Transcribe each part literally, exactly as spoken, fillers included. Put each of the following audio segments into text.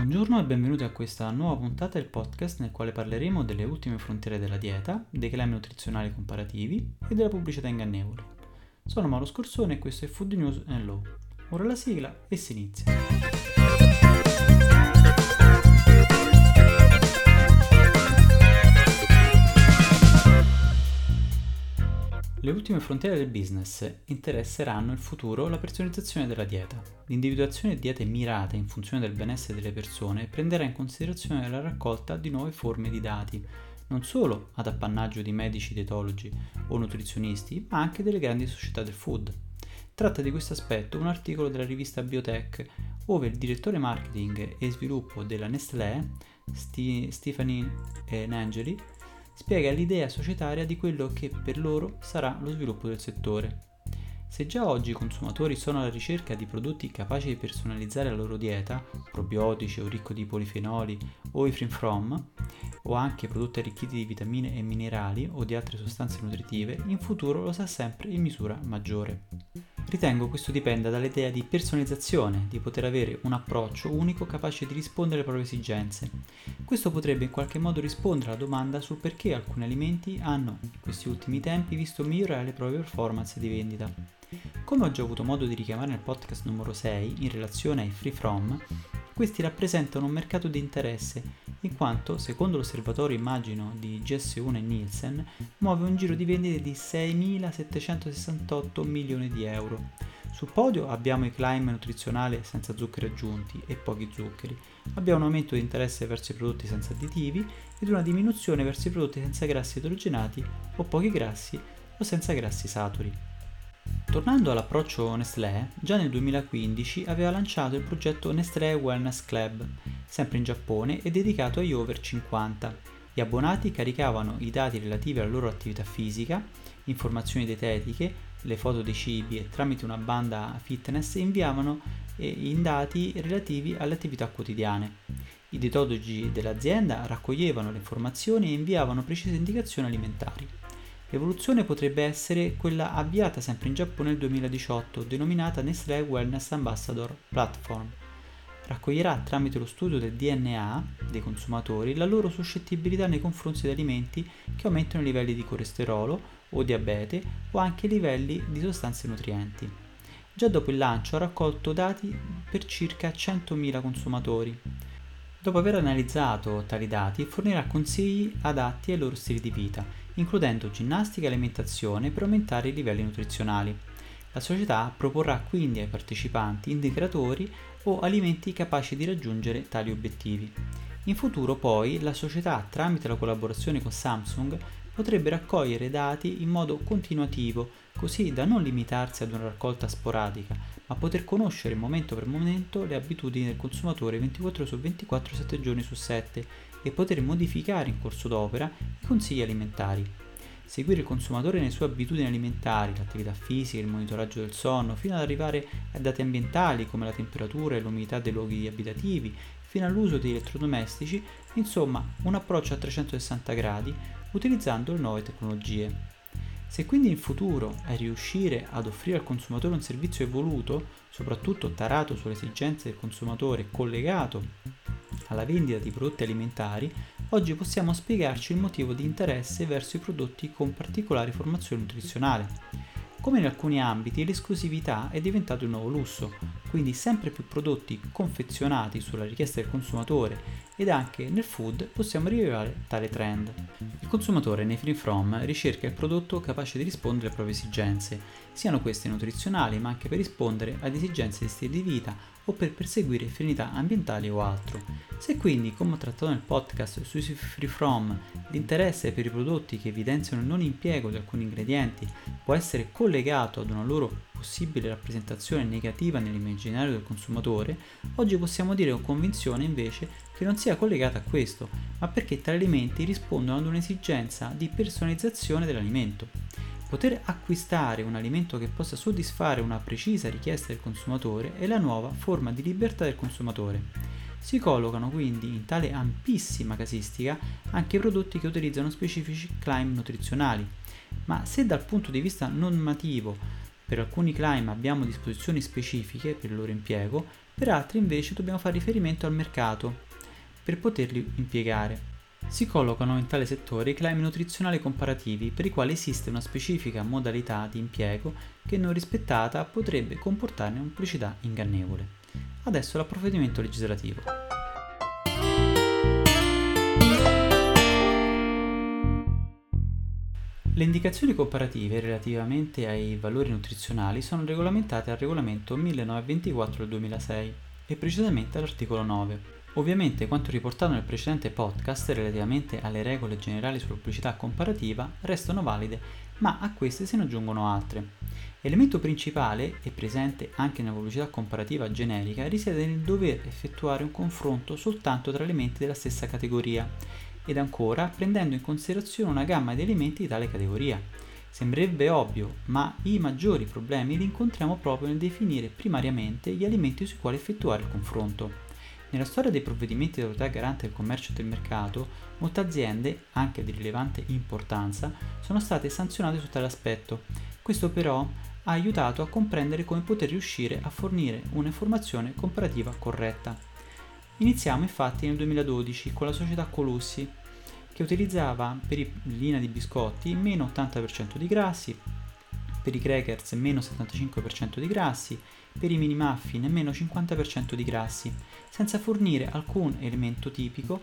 Buongiorno e benvenuti a questa nuova puntata del podcast nel quale parleremo delle ultime frontiere della dieta, dei claim nutrizionali comparativi e della pubblicità ingannevole. Sono Mauro Scorsone e questo è Food News and Law. Ora la sigla e si inizia. Le ultime frontiere del business interesseranno il futuro la personalizzazione della dieta. L'individuazione di diete mirate in funzione del benessere delle persone prenderà in considerazione la raccolta di nuove forme di dati, non solo ad appannaggio di medici dietologi o nutrizionisti, ma anche delle grandi società del food. Tratta di questo aspetto un articolo della rivista Biotech, ove il direttore marketing e sviluppo della Nestlé, Sti- Stephanie Nangeli, spiega l'idea societaria di quello che per loro sarà lo sviluppo del settore. Se già oggi i consumatori sono alla ricerca di prodotti capaci di personalizzare la loro dieta, probiotici o ricco di polifenoli o i free from, o anche prodotti arricchiti di vitamine e minerali o di altre sostanze nutritive, in futuro lo sarà sempre in misura maggiore. Ritengo questo dipenda dall'idea di personalizzazione, di poter avere un approccio unico capace di rispondere alle proprie esigenze. Questo potrebbe in qualche modo rispondere alla domanda sul perché alcuni alimenti hanno, in questi ultimi tempi, visto migliorare le proprie performance di vendita. Come ho già avuto modo di richiamare nel podcast numero sei, in relazione ai free from, questi rappresentano un mercato di interesse, in quanto, secondo l'osservatorio immagino di G S uno e Nielsen, muove un giro di vendite di seimilasettecentosessantotto milioni di euro. Sul podio abbiamo i claim nutrizionali senza zuccheri aggiunti e pochi zuccheri, abbiamo un aumento di interesse verso i prodotti senza additivi ed una diminuzione verso i prodotti senza grassi idrogenati o pochi grassi o senza grassi saturi. Tornando all'approccio Nestlé, già nel duemilaquindici aveva lanciato il progetto Nestlé Wellness Club, sempre in Giappone e dedicato agli over cinquanta. Gli abbonati caricavano i dati relativi alla loro attività fisica, informazioni dietetiche, le foto dei cibi e tramite una banda fitness inviavano i dati relativi alle attività quotidiane. I dietologi dell'azienda raccoglievano le informazioni e inviavano precise indicazioni alimentari. L'evoluzione potrebbe essere quella avviata sempre in Giappone nel duemiladiciotto, denominata Nestlé Wellness Ambassador Platform. Raccoglierà tramite lo studio del D N A dei consumatori la loro suscettibilità nei confronti di alimenti che aumentano i livelli di colesterolo o diabete o anche i livelli di sostanze nutrienti. Già dopo il lancio ha raccolto dati per circa centomila consumatori. Dopo aver analizzato tali dati, fornirà consigli adatti ai loro stili di vita, includendo ginnastica e alimentazione per aumentare i livelli nutrizionali. La società proporrà quindi ai partecipanti indicatori o alimenti capaci di raggiungere tali obiettivi. In futuro poi la società, tramite la collaborazione con Samsung, potrebbe raccogliere dati in modo continuativo, così da non limitarsi ad una raccolta sporadica, ma poter conoscere momento per momento le abitudini del consumatore ventiquattro ore su ventiquattro, sette giorni su sette e poter modificare in corso d'opera i consigli alimentari. Seguire il consumatore nelle sue abitudini alimentari, l'attività fisica, il monitoraggio del sonno, fino ad arrivare a dati ambientali come la temperatura e l'umidità dei luoghi abitativi, fino all'uso di elettrodomestici, insomma un approccio a trecentosessanta gradi utilizzando le nuove tecnologie. Se quindi in futuro è riuscire ad offrire al consumatore un servizio evoluto, soprattutto tarato sulle esigenze del consumatore e collegato alla vendita di prodotti alimentari, oggi possiamo spiegarci il motivo di interesse verso i prodotti con particolare formazione nutrizionale. Come in alcuni ambiti, l'esclusività è diventato il nuovo lusso, quindi sempre più prodotti confezionati sulla richiesta del consumatore ed anche nel food possiamo rilevare tale trend. Il consumatore nei free from ricerca il prodotto capace di rispondere alle proprie esigenze, siano queste nutrizionali ma anche per rispondere ad esigenze di stile di vita o per perseguire finalità ambientali o altro. Se quindi, come ho trattato nel podcast sui free from, l'interesse per i prodotti che evidenziano il non impiego di alcuni ingredienti può essere collegato ad una loro possibile rappresentazione negativa nell'immaginario del consumatore, oggi possiamo dire con convinzione invece che non sia collegata a questo, ma perché tali alimenti rispondono ad un'esigenza di personalizzazione dell'alimento. Poter acquistare un alimento che possa soddisfare una precisa richiesta del consumatore è la nuova forma di libertà del consumatore. Si collocano quindi in tale ampissima casistica anche prodotti che utilizzano specifici claim nutrizionali, ma se dal punto di vista normativo per alcuni claim abbiamo disposizioni specifiche per il loro impiego, per altri invece dobbiamo fare riferimento al mercato per poterli impiegare. Si collocano in tale settore i claim nutrizionali comparativi per i quali esiste una specifica modalità di impiego che, non rispettata, potrebbe comportarne una pubblicità ingannevole. Adesso l'approfondimento legislativo. Le indicazioni comparative relativamente ai valori nutrizionali sono regolamentate al regolamento millenovecentoventiquattro del duemilasei e precisamente all'articolo nove. Ovviamente quanto riportato nel precedente podcast relativamente alle regole generali sulla pubblicità comparativa restano valide, ma a queste se ne aggiungono altre. L'elemento principale, e presente anche nella pubblicità comparativa generica, risiede nel dover effettuare un confronto soltanto tra elementi della stessa categoria, ed ancora prendendo in considerazione una gamma di elementi di tale categoria. Sembrerebbe ovvio, ma i maggiori problemi li incontriamo proprio nel definire primariamente gli elementi sui quali effettuare il confronto. Nella storia dei provvedimenti dell'Autorità Garante del Commercio e del Mercato, molte aziende, anche di rilevante importanza, sono state sanzionate su tale aspetto. Questo però ha aiutato a comprendere come poter riuscire a fornire un'informazione comparativa corretta. Iniziamo infatti nel duemiladodici con la società Colussi, che utilizzava per i linea di biscotti meno ottanta per cento di grassi, per i crackers meno settantacinque per cento di grassi, per i mini muffin meno cinquanta per cento di grassi, senza fornire alcun elemento tipico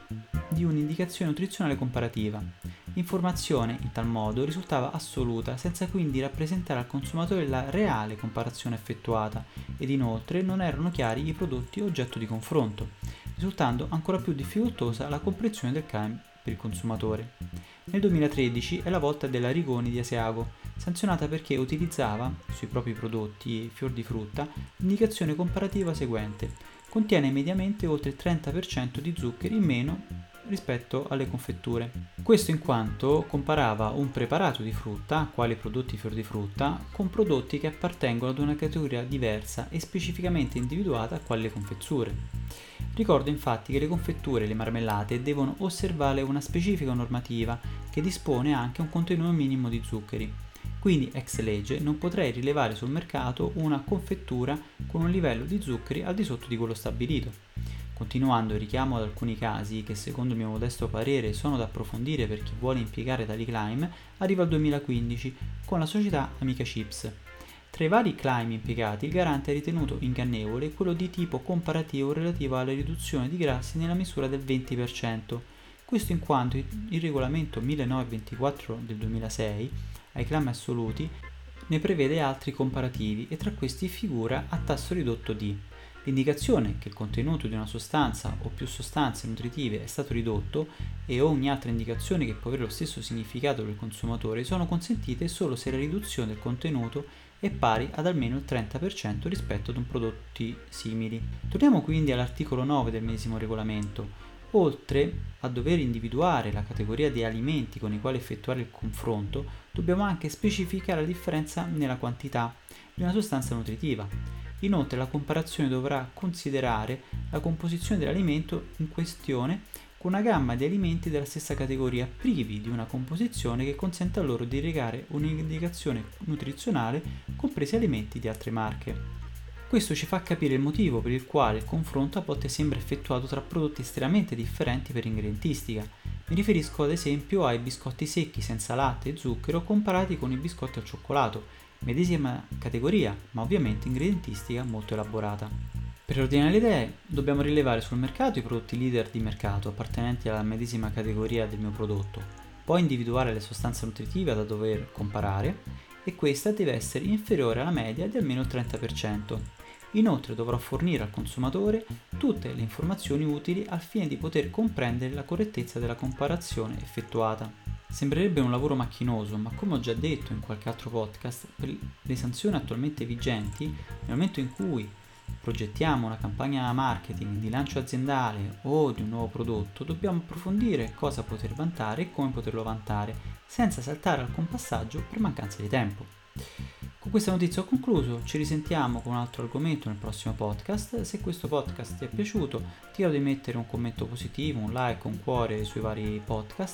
di un'indicazione nutrizionale comparativa. L'informazione in tal modo risultava assoluta, senza quindi rappresentare al consumatore la reale comparazione effettuata, ed inoltre non erano chiari i prodotti oggetto di confronto, risultando ancora più difficoltosa la comprensione del claim per il consumatore. Nel duemilatredici è la volta della Rigoni di Asiago, sanzionata perché utilizzava sui propri prodotti fior di frutta l'indicazione comparativa seguente: contiene mediamente oltre il trenta per cento di zuccheri in meno rispetto alle confetture. Questo in quanto comparava un preparato di frutta, quali prodotti fior di frutta, con prodotti che appartengono ad una categoria diversa e specificamente individuata quali le confetture. Ricordo infatti che le confetture e le marmellate devono osservare una specifica normativa che dispone anche un contenuto minimo di zuccheri. Quindi ex legge non potrei rilevare sul mercato una confettura con un livello di zuccheri al di sotto di quello stabilito. Continuando il richiamo ad alcuni casi che secondo il mio modesto parere sono da approfondire per chi vuole impiegare tali claim, arriva al duemilaquindici con la società Amica Chips. Tra i vari claim impiegati, il garante ha ritenuto ingannevole quello di tipo comparativo relativo alla riduzione di grassi nella misura del venti per cento. Questo in quanto il regolamento millenovecentoventiquattro del duemilasei, ai claim assoluti, ne prevede altri comparativi e tra questi figura a tasso ridotto D. L'indicazione che il contenuto di una sostanza o più sostanze nutritive è stato ridotto e ogni altra indicazione che può avere lo stesso significato per il consumatore sono consentite solo se la riduzione del contenuto è pari ad almeno il trenta per cento rispetto ad un prodotti simili. Torniamo quindi all'articolo nove del medesimo regolamento. Oltre a dover individuare la categoria di alimenti con i quali effettuare il confronto, dobbiamo anche specificare la differenza nella quantità di una sostanza nutritiva. Inoltre la comparazione dovrà considerare la composizione dell'alimento in questione con una gamma di alimenti della stessa categoria privi di una composizione che consenta loro di recare un'indicazione nutrizionale compresi alimenti di altre marche. Questo ci fa capire il motivo per il quale il confronto a volte sembra effettuato tra prodotti estremamente differenti per ingredientistica. Mi riferisco ad esempio ai biscotti secchi senza latte e zucchero comparati con i biscotti al cioccolato, medesima categoria, ma ovviamente ingredientistica molto elaborata. Per ordinare le idee, dobbiamo rilevare sul mercato i prodotti leader di mercato appartenenti alla medesima categoria del mio prodotto, poi individuare le sostanze nutritive da dover comparare e questa deve essere inferiore alla media di almeno il trenta per cento. Inoltre dovrò fornire al consumatore tutte le informazioni utili al fine di poter comprendere la correttezza della comparazione effettuata. Sembrerebbe un lavoro macchinoso, ma come ho già detto in qualche altro podcast, per le sanzioni attualmente vigenti, nel momento in cui progettiamo una campagna marketing di lancio aziendale o di un nuovo prodotto, dobbiamo approfondire cosa poter vantare e come poterlo vantare, senza saltare alcun passaggio per mancanza di tempo. Con questa notizia ho concluso, ci risentiamo con un altro argomento nel prossimo podcast. Se questo podcast ti è piaciuto, ti chiedo di mettere un commento positivo, un like, un cuore sui vari podcast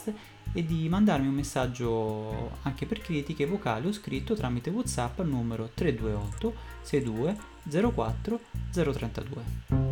e di mandarmi un messaggio anche per critiche vocali o scritto tramite WhatsApp al numero tre due otto sei due zero quattro zero tre due.